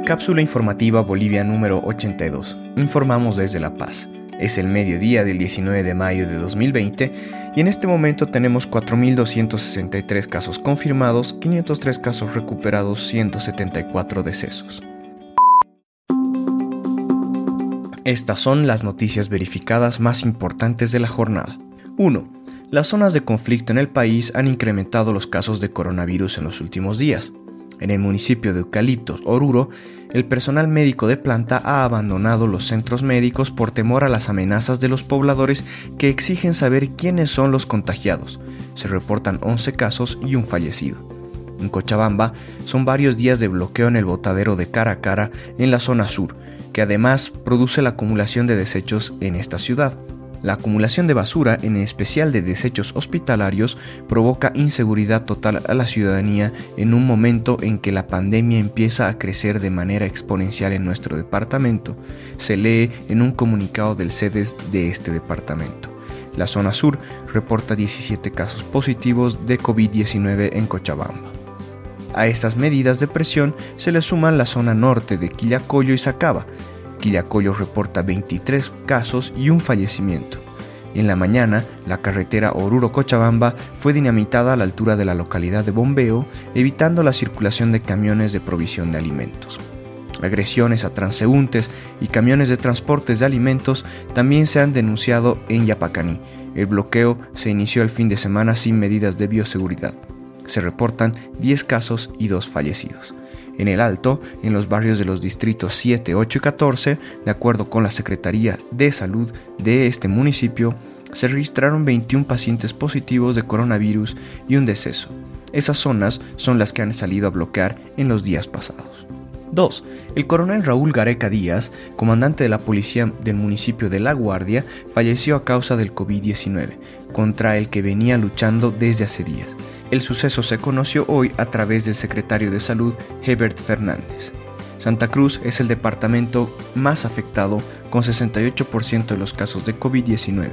Cápsula informativa Bolivia número 82. Informamos desde La Paz. Es el mediodía del 19 de mayo de 2020 y en este momento tenemos 4.263 casos confirmados, 503 casos recuperados, 174 decesos. Estas son las noticias verificadas más importantes de la jornada. 1. Las zonas de conflicto en el país han incrementado los casos de coronavirus en los últimos días. En el municipio de Eucaliptos, Oruro, el personal médico de planta ha abandonado los centros médicos por temor a las amenazas de los pobladores que exigen saber quiénes son los contagiados. Se reportan 11 casos y un fallecido. En Cochabamba, son varios días de bloqueo en el botadero de Caracara en la zona sur, que además produce la acumulación de desechos en esta ciudad. La acumulación de basura, en especial de desechos hospitalarios, provoca inseguridad total a la ciudadanía en un momento en que la pandemia empieza a crecer de manera exponencial en nuestro departamento, se lee en un comunicado del CEDES de este departamento. La zona sur reporta 17 casos positivos de COVID-19 en Cochabamba. A estas medidas de presión se le suman la zona norte de Quillacollo y Sacaba. Quillacollo reporta 23 casos y un fallecimiento. En la mañana, la carretera Oruro-Cochabamba fue dinamitada a la altura de la localidad de Bombeo, evitando la circulación de camiones de provisión de alimentos. Agresiones a transeúntes y camiones de transportes de alimentos también se han denunciado en Yapacaní. El bloqueo se inició el fin de semana sin medidas de bioseguridad. Se reportan 10 casos y 2 fallecidos. En el Alto, en los barrios de los distritos 7, 8 y 14, de acuerdo con la Secretaría de Salud de este municipio, se registraron 21 pacientes positivos de coronavirus y un deceso. Esas zonas son las que han salido a bloquear en los días pasados. 2. El coronel Raúl Gareca Díaz, comandante de la policía del municipio de La Guardia, falleció a causa del COVID-19, contra el que venía luchando desde hace días. El suceso se conoció hoy a través del secretario de Salud, Hebert Fernández. Santa Cruz es el departamento más afectado, con 68% de los casos de COVID-19,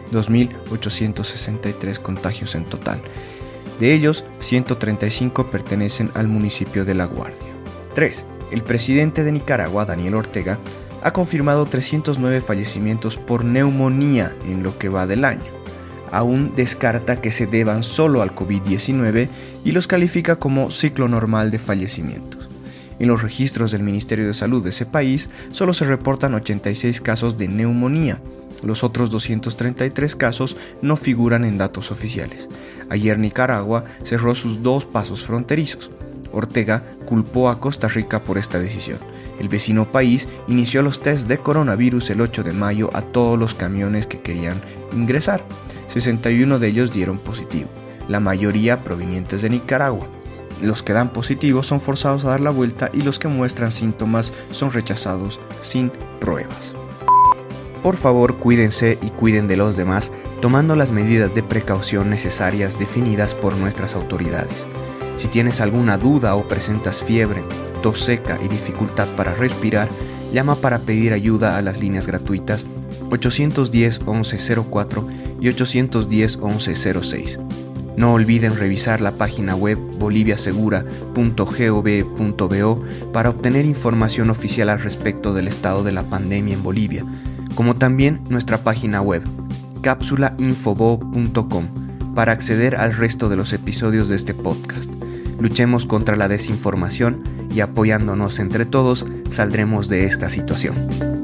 2.863 contagios en total. De ellos, 135 pertenecen al municipio de La Guardia. 3. El presidente de Nicaragua, Daniel Ortega, ha confirmado 309 fallecimientos por neumonía en lo que va del año. Aún descarta que se deban solo al COVID-19 y los califica como ciclo normal de fallecimientos. En los registros del Ministerio de Salud de ese país solo se reportan 86 casos de neumonía. Los otros 233 casos no figuran en datos oficiales. Ayer Nicaragua cerró sus 2 pasos fronterizos. Ortega culpó a Costa Rica por esta decisión. El vecino país inició los test de coronavirus el 8 de mayo a todos los camiones que querían ingresar. 61 de ellos dieron positivo, la mayoría provenientes de Nicaragua. Los que dan positivo son forzados a dar la vuelta y los que muestran síntomas son rechazados sin pruebas. Por favor, cuídense y cuiden de los demás, tomando las medidas de precaución necesarias definidas por nuestras autoridades. Si tienes alguna duda o presentas fiebre, tos seca y dificultad para respirar, llama para pedir ayuda a las líneas gratuitas 810-1104 y 810-1106. No olviden revisar la página web boliviasegura.gov.bo para obtener información oficial al respecto del estado de la pandemia en Bolivia, como también nuestra página web capsulainfobo.com para acceder al resto de los episodios de este podcast. Luchemos contra la desinformación y apoyándonos entre todos saldremos de esta situación.